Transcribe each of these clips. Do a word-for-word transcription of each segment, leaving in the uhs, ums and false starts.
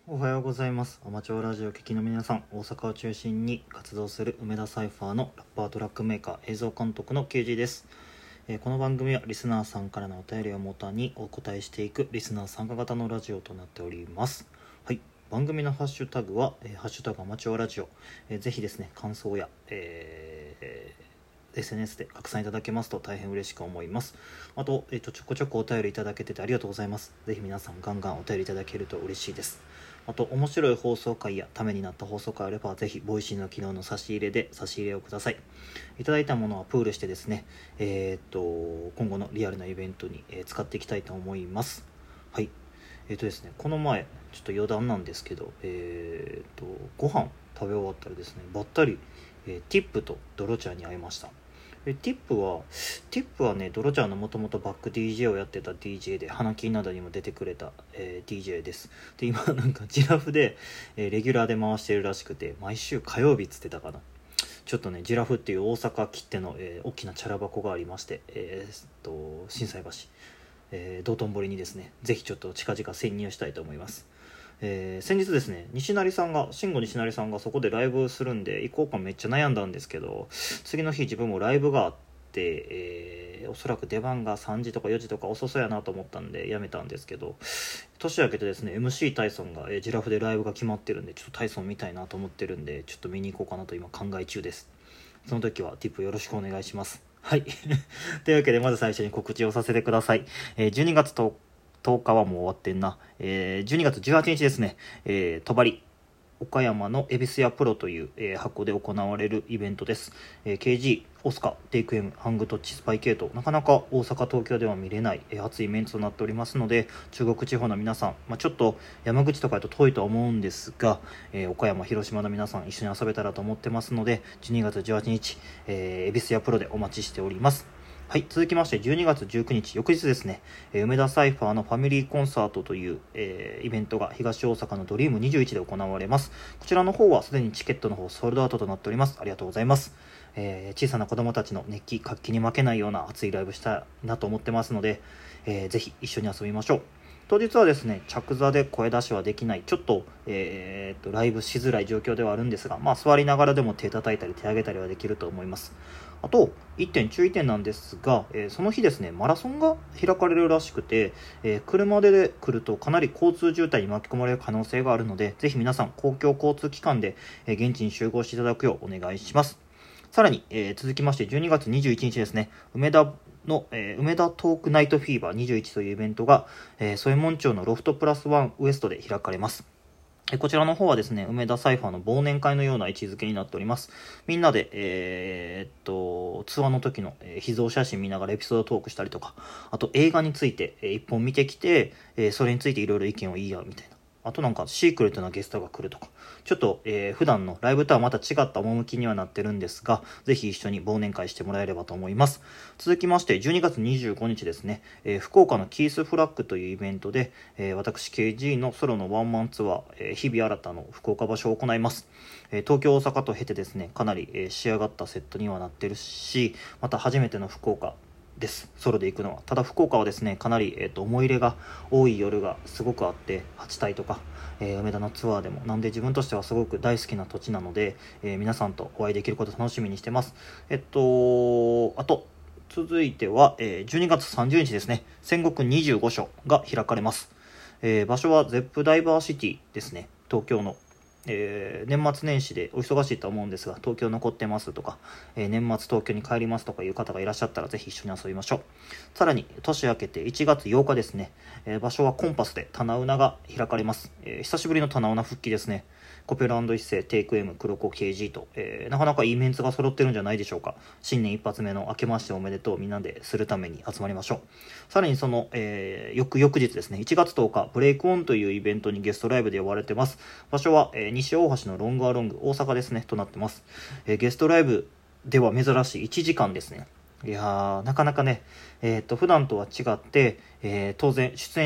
おはようございます。アマチュアラジオ聴きの皆さん、大阪を中心に活動する梅田サイファーのラッパートラックメーカー映像監督の ケージー です。えーこの番組はリスナーさんからのお便りをもとにお答えしていくリスナー参加型のラジオとなっております。はい、番組のハッシュタグは、えーハッシュタグアマチュアラジオ、えーぜひですね感想や、えー エスエヌエス で拡散いただけますと大変嬉しく思います。あと、えーとちょこちょこお便りいただけててありがとうございます。ぜひ皆さんガンガンお便りいただけると嬉しいです。あと面白い放送回やためになった放送回あればぜひボイシーの機能の差し入れで差し入れをください。いただいたものはプールしてですね、えー、っと今後のリアルなイベントに、えー使っていきたいと思います。はい、えー、っとですねこの前ちょっと余談なんですけど、えー、っとご飯食べ終わったらですねばったり、えーティップとドロチャーに会いました。えティップはティップはねドロちゃんのもともとバック ディージェー をやってた ディージェー で花金などにも出てくれた、えー ディージェー です。で今なんかジラフで、えーレギュラーで回してるらしくて毎週火曜日っつってたかな。ちょっとねジラフっていう大阪きっての、えー大きなチャラ箱がありまして、えーっと心斎橋、えー道頓堀にですねぜひちょっと近々潜入したいと思います。えー先日ですね西成さんが慎吾西成さんがそこでライブするんで行こうかめっちゃ悩んだんですけど、次の日自分もライブがあって、えーおそらく出番がさんじとかよじとか遅そうやなと思ったんでやめたんですけど、年明けてですね エムシー タイソンが、えージラフでライブが決まってるんでちょっとタイソン見たいなと思ってるんでちょっと見に行こうかなと今考え中です。その時はティップよろしくお願いします。はいというわけでまず最初に告知をさせてください。えーじゅうにがつとおかとおかはもう終わってんな。えー、じゅうにがつじゅうはちにちですね、えー、戸張岡山の恵比寿屋プロという、えー箱で行われるイベントです。えー ケージー、オスカ、テイク M、ハングトッチ、スパイ系統、なかなか大阪、東京では見れない、えー熱いメンツとなっておりますので、中国地方の皆さん、まあ、ちょっと山口とかだと遠いとは思うんですが、えー岡山、広島の皆さん一緒に遊べたらと思ってますので、じゅうにがつじゅうはちにち、えー、恵比寿屋プロでお待ちしております。はい、続きましてじゅうにがつじゅうくにち翌日ですね、えー梅田サイファーのファミリーコンサートという、えーイベントが東大阪のドリームにじゅういちで行われます。こちらの方はすでにチケットの方ソールドアウトとなっております。ありがとうございます。えー小さな子供たちの熱気活気に負けないような熱いライブしたいなと思ってますので、えーぜひ一緒に遊びましょう。当日はですね着座で声出しはできないちょっと,、えー、とライブしづらい状況ではあるんですが、まあ、座りながらでも手叩いたり手上げたりはできると思います。あといってん注意点なんですが、えーその日ですねマラソンが開かれるらしくて、えー車で来るとかなり交通渋滞に巻き込まれる可能性があるのでぜひ皆さん公共交通機関で、えー現地に集合していただくようお願いします。さらに、えー続きましてじゅうにがつにじゅういちにちですね梅田の、えー梅田トークナイトフィーバーにじゅういちというイベントが、えー、添門町のロフトプラスワンウエストで開かれます。えこちらの方はですね、梅田サイファーの忘年会のような位置づけになっております。みんなで、えーっと、通話の時の、えー秘蔵写真見ながらエピソードトークしたりとか、あと映画について、えー一本見てきて、えーそれについていろいろ意見を言い合うみたいな。あとなんかシークレットなゲストが来るとか、ちょっと、えー普段のライブとはまた違った趣にはなってるんですが、ぜひ一緒に忘年会してもらえればと思います。続きましてじゅうにがつにじゅうごにちですね、えー福岡のキースフラッグというイベントで、えー私 ケージー のソロのワンマンツアー、えー日々新たの福岡場所を行います。えー東京大阪と経てですねかなり、えー仕上がったセットにはなってるし、また初めての福岡です。ソロで行くのは。ただ福岡はですねかなり、えー、と思い入れが多い夜がすごくあって、はち体とか、えー梅田のツアーでもなんで自分としてはすごく大好きな土地なので、えー皆さんとお会いできることを楽しみにしてます。えっとあと続いては、えーじゅうにがつさんじゅうにちですね戦国にじゅうごしょが開かれます。えー場所はゼップダイバーシティですね、東京の。えー年末年始でお忙しいと思うんですが東京残ってますとか、えー年末東京に帰りますとかいう方がいらっしゃったらぜひ一緒に遊びましょう。さらに年明けていちがつようかですね、えー場所はコンパスで棚ウナが開かれます。えー久しぶりの棚ウナ復帰ですね。コペル一世、テイク M、黒子 ケージー と、えーなかなかいいメンツが揃ってるんじゃないでしょうか。新年一発目の明けましておめでとうみんなでするために集まりましょう。さらにその、えー翌々日ですねいちがつとおかブレイクオンというイベントにゲストライブで呼ばれてます。場所は、えー西大橋のロングアロング大阪ですねとなってます。えーゲストライブでは珍しいいちじかんですね。いやーなかなかね、えー、と普段とは違って、えー当然出演者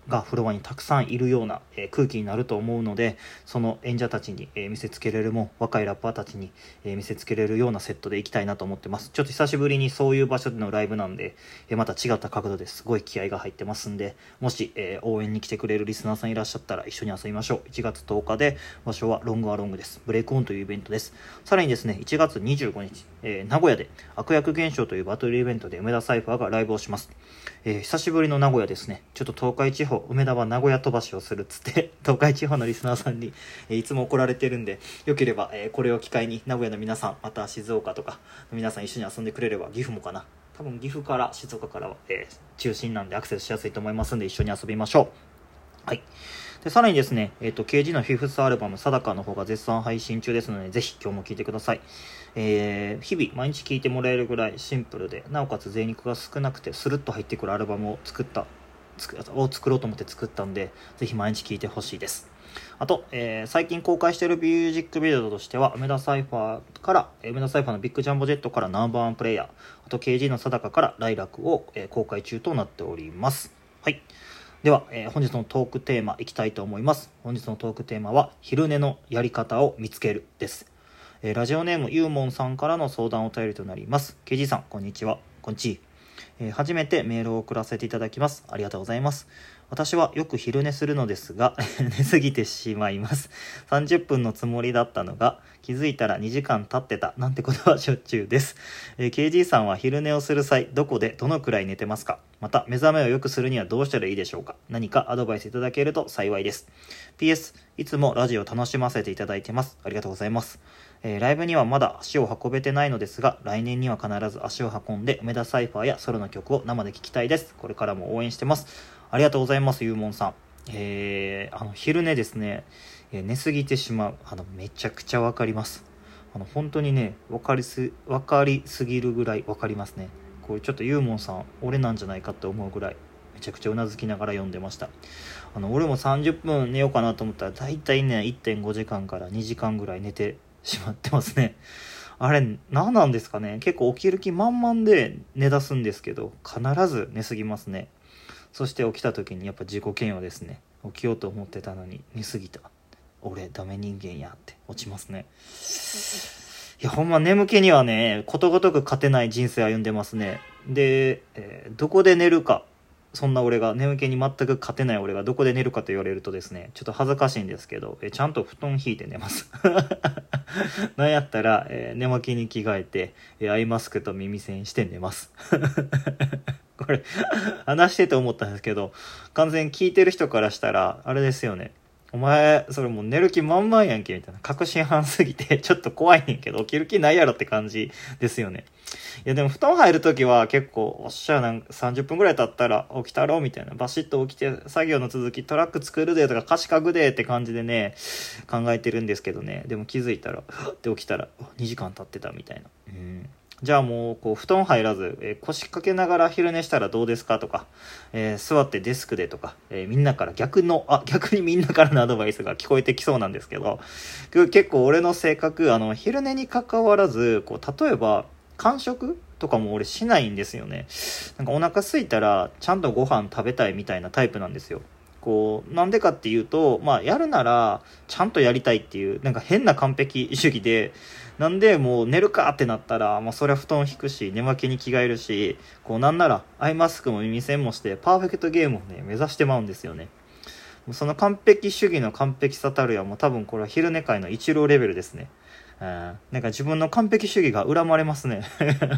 がフロアにたくさんいるような、えー、空気になると思うので、その演者たちに、えー、見せつけれるもん、若いラッパーたちに、えー、見せつけれるようなセットでいきたいなと思ってます。ちょっと久しぶりにそういう場所でのライブなんで、えー、また違った角度ですごい気合が入ってますんで、もし、えー、応援に来てくれるリスナーさんいらっしゃったら一緒に遊びましょう。いちがつとおかで場所はロングアロングです。ブレイクオンというイベントです。さらにですね、いちがつにじゅうごにち、えー、名古屋で悪役現象というバトルイベントで梅田サイファーがライブをします。えー、久しぶりの名古屋ですね。ちょっと東海地方、梅田は名古屋飛ばしをするっつって東海地方のリスナーさんに、えー、いつも怒られてるんで、よければ、えー、これを機会に名古屋の皆さん、また静岡とかの皆さん一緒に遊んでくれれば、岐阜もかな、多分岐阜から静岡からは、えー、中心なんでアクセスしやすいと思いますんで、一緒に遊びましょう。はい。でさらにですね、えっ、ー、と ケージー のフィフスアルバム「定か」の方が絶賛配信中ですので、ぜひ今日も聴いてください。えー、日々毎日聴いてもらえるぐらいシンプルで、なおかつ贅肉が少なくてスルッと入ってくるアルバムを作ったを作ろうと思って作ったんで、ぜひ毎日聴いてほしいです。あと、えー、最近公開しているミュージックビデオとしては、梅田サイファーから、梅田サイファーのビッグジャンボジェットからナンバーワンプレイヤー、あと ケージー の定かからライラックを、えー、公開中となっております。はい。では、えー、本日のトークテーマいきたいと思います。本日のトークテーマは、昼寝のやり方を見つけるです。えー、ラジオネームゆうもんさんからの相談お便りとなります。ケージー さん、こんにちは。こんにちは。えー、初めてメールを送らせていただきます。ありがとうございます。私はよく昼寝するのですが寝すぎてしまいます。さんじゅっぷんのつもりだったのが気づいたらにじかん経ってたなんてことはしょっちゅうです。えー、ケージー さんは昼寝をする際どこでどのくらい寝てますか？また目覚めを良くするにはどうしたらいいでしょうか？何かアドバイスいただけると幸いです。 ピーエス いつもラジオ楽しませていただいてます。ありがとうございます。えー、ライブにはまだ足を運べてないのですが、来年には必ず足を運んで梅田サイファーやソロの曲を生で聴きたいです。これからも応援してます。ありがとうございます。ゆうもんさん。えー、あの昼寝ですね、えー、寝すぎてしまう、あのめちゃくちゃわかります。あの本当にね、わかりすわかりすぎるぐらいわかりますね。これちょっとゆうもんさん俺なんじゃないかって思うぐらいめちゃくちゃうなずきながら読んでました。あの俺もさんじゅっぷん寝ようかなと思ったら、だいたいね いってんごじかんからにじかんぐらい寝てしまってますね。あれ何なんですかね。結構起きる気満々で寝出すんですけど、必ず寝すぎますね。そして起きた時にやっぱ自己嫌悪ですね。起きようと思ってたのに寝すぎた、俺ダメ人間やって落ちますね。いやほんま眠気にはねことごとく勝てない人生歩んでますね。で、えー、どこで寝るか、そんな俺が、眠気に全く勝てない俺がどこで寝るかと言われるとですね、ちょっと恥ずかしいんですけど、えちゃんと布団引いて寝ますなんやったら、えー、寝巻きに着替えて、えー、アイマスクと耳栓して寝ますこれ話してて思ったんですけど、完全に聞いてる人からしたらあれですよね、お前それもう寝る気満々やんけみたいな、確信犯すぎてちょっと怖いねんけど起きる気ないやろって感じですよね。いやでも布団入るときは結構おっしゃ、なんかさんじゅっぷんぐらい経ったら起きたろみたいな、バシッと起きて作業の続きトラック作るでとか歌詞書くでって感じでね考えてるんですけどね、でも気づいたらで起きたらにじかん経ってたみたいな。うん、じゃあもうこう布団入らず、えー、腰掛けながら昼寝したらどうですかとか、えー、座ってデスクでとか、えー、みんなから逆のあ逆にみんなからのアドバイスが聞こえてきそうなんですけど、結構俺の性格、あの昼寝に関わらずこう例えば間食とかも俺しないんですよね。なんかお腹空いたらちゃんとご飯食べたいみたいなタイプなんですよ。こうなんでかっていうと、まあやるならちゃんとやりたいっていうなんか変な完璧主義で、なんでもう寝るかってなったら、まあそれは布団引くし寝巻きに着替えるし、こうなんならアイマスクも耳栓もしてパーフェクトゲームをね目指してまうんですよね。その完璧主義の完璧さたるやもう多分これは昼寝界の一郎レベルですね。うん、なんか自分の完璧主義が恨まれますね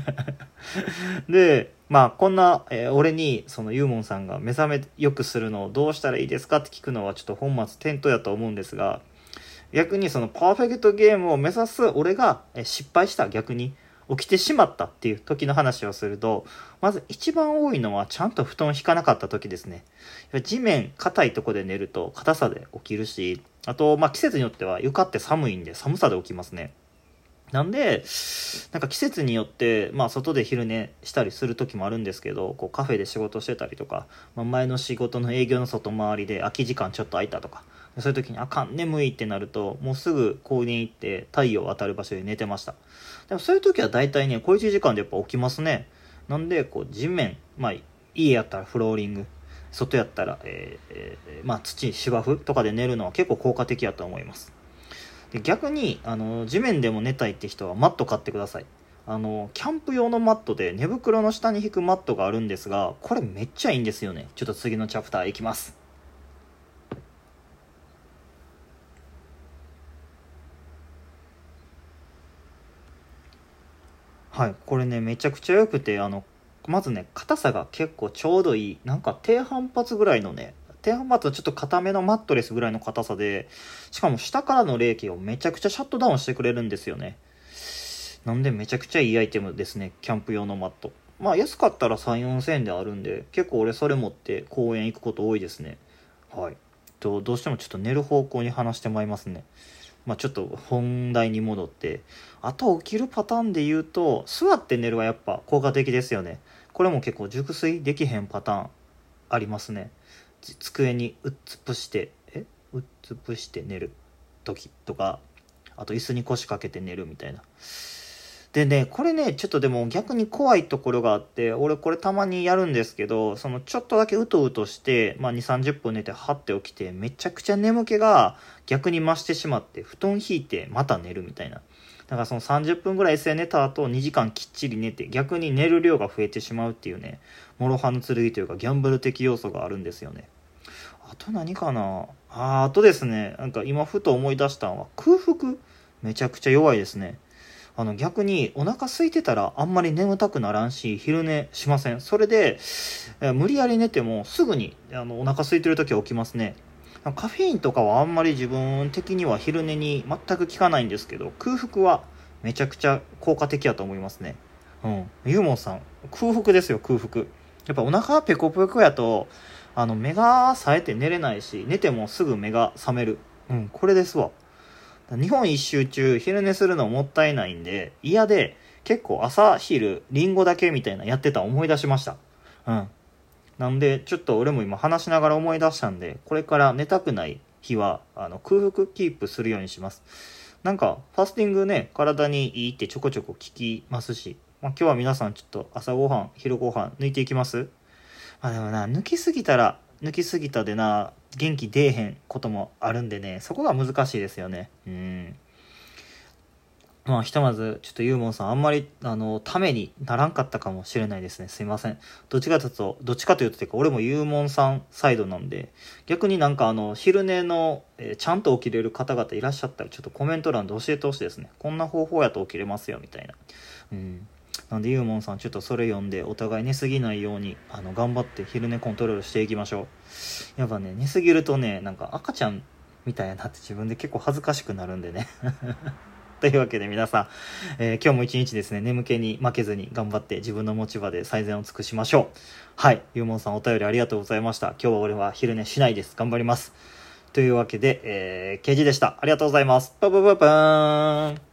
でまあこんな、えー、俺にそのユーモンさんが目覚めよくするのをどうしたらいいですかって聞くのはちょっと本末転倒やと思うんですが、逆にそのパーフェクトゲームを目指す俺が失敗した、逆に起きてしまったっていう時の話をすると、まず一番多いのはちゃんと布団引かなかった時ですね。地面硬いとこで寝ると硬さで起きるし、あとまあ季節によっては床って寒いんで寒さで起きますね。なんでなんか季節によってまあ外で昼寝したりする時もあるんですけど、こうカフェで仕事してたりとか、まあ、前の仕事の営業の外回りで空き時間ちょっと空いたとか、そういう時にあかん眠いってなるともうすぐ公園行って太陽当たる場所で寝てました。でもそういう時は大体ね小いちじかんでやっぱ起きますね。なんでこう地面、まあ家やったらフローリング、 外やったら、えーえーまあ、土芝生とかで寝るのは結構効果的やと思います。で逆にあの地面でも寝たいって人はマット買ってください。あのキャンプ用のマットで寝袋の下に引くマットがあるんですが、これめっちゃいいんですよね。ちょっと次のチャプターいきます。はい、これねめちゃくちゃ良くて、あのまずね硬さが結構ちょうどいい、なんか低反発ぐらいのね、低反発のちょっと硬めのマットレスぐらいの硬さで、しかも下からの冷気をめちゃくちゃシャットダウンしてくれるんですよね。なんでめちゃくちゃいいアイテムですね、キャンプ用のマット。まあ安かったらさん、よんせんえんであるんで、結構俺それ持って公園行くこと多いですね。はい。とどうしてもちょっと寝る方向に話してまいりますね。まあちょっと本題に戻って、あと起きるパターンで言うと、座って寝るはやっぱ効果的ですよね。これも結構熟睡できへんパターンありますね。机にうっつぷしてえうっつぷして寝る時とか、あと椅子に腰掛けて寝るみたいな。でね、これね、ちょっとでも逆に怖いところがあって、俺これたまにやるんですけど、そのちょっとだけうとうとして、まあに、さんじゅっぷん寝てはって起きて、めちゃくちゃ眠気が逆に増してしまって、布団引いてまた寝るみたいな。だからそのさんじゅっぷんぐらい椅子で寝た後、にじかんきっちり寝て、逆に寝る量が増えてしまうっていうね、諸刃の剣というかギャンブル的要素があるんですよね。あと何かなあ、あとですね、なんか今ふと思い出したのは、空腹めちゃくちゃ弱いですね。あの逆にお腹空いてたらあんまり眠たくならんし、昼寝しません。それでえ無理やり寝てもすぐにあのお腹空いてる時は起きますね。カフェインとかはあんまり自分的には昼寝に全く効かないんですけど、空腹はめちゃくちゃ効果的やと思いますね。うん。ユーモンさん、空腹ですよ、空腹。やっぱお腹ペコペコやと、あの目が冴えて寝れないし、寝てもすぐ目が覚める。うん、これですわ。日本一周中昼寝するのもったいないんで、嫌で結構朝昼リンゴだけみたいなやってたの思い出しました。うん。なんでちょっと俺も今話しながら思い出したんで、これから寝たくない日はあの空腹キープするようにします。なんかファスティングね、体にいいってちょこちょこ聞きますし、まあ、今日は皆さんちょっと朝ごはん昼ごはん抜いていきます。まあでもな、抜きすぎたら抜きすぎたでな、元気出えへんこともあるんでね、そこが難しいですよね。うん。まあひとまずちょっとユーモンさんあんまりあのためにならんかったかもしれないですね。すいません。どっちかというとどっちかというとてか俺もユーモンさんサイドなんで、逆になんかあの昼寝の、えーちゃんと起きれる方々いらっしゃったらちょっとコメント欄で教えてほしいですね。こんな方法やと起きれますよみたいな。うん。なんでユーモンさんちょっとそれ読んでお互い寝すぎないようにあの頑張って昼寝コントロールしていきましょう。やっぱね寝すぎるとね、なんか赤ちゃんみたいなって自分で結構恥ずかしくなるんでね。というわけで皆さん、えー今日も一日ですね、眠気に負けずに頑張って自分の持ち場で最善を尽くしましょう。はい、ゆうもんさんお便りありがとうございました。今日は俺は昼寝しないです。頑張ります。というわけで、えー、ケージでした。ありがとうございます。パパパパーン。